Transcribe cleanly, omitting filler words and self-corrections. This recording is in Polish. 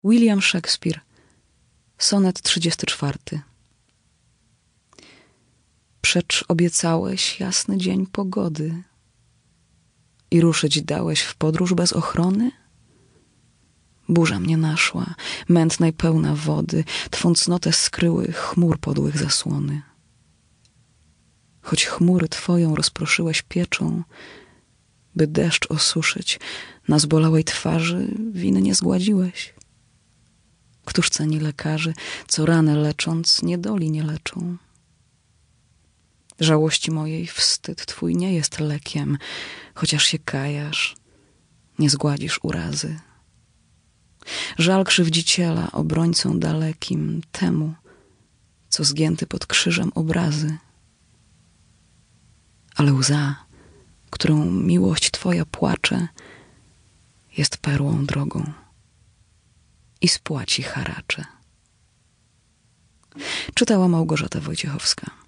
William Shakespeare, sonet 34. Przecz obiecałeś jasny dzień pogody i ruszyć dałeś w podróż bez ochrony? Burza mnie naszła, mętnej pełna wody, twą cnotę skryły chmur podłych zasłony. Choć chmury twoją rozproszyłeś pieczą, by deszcz osuszyć, na zbolałej twarzy winy nie zgładziłeś. Któż ceni lekarzy, co ranę lecząc niedoli nie leczą? Żałości mojej wstyd twój nie jest lekiem, chociaż się kajasz, nie zgładzisz urazy. Żal krzywdziciela obrońcą dalekim temu, co zgięty pod krzyżem obrazy. Ale łza, którą miłość twoja płacze, jest perłą drogą i spłaci haracze. Czytała Małgorzata Wojciechowska.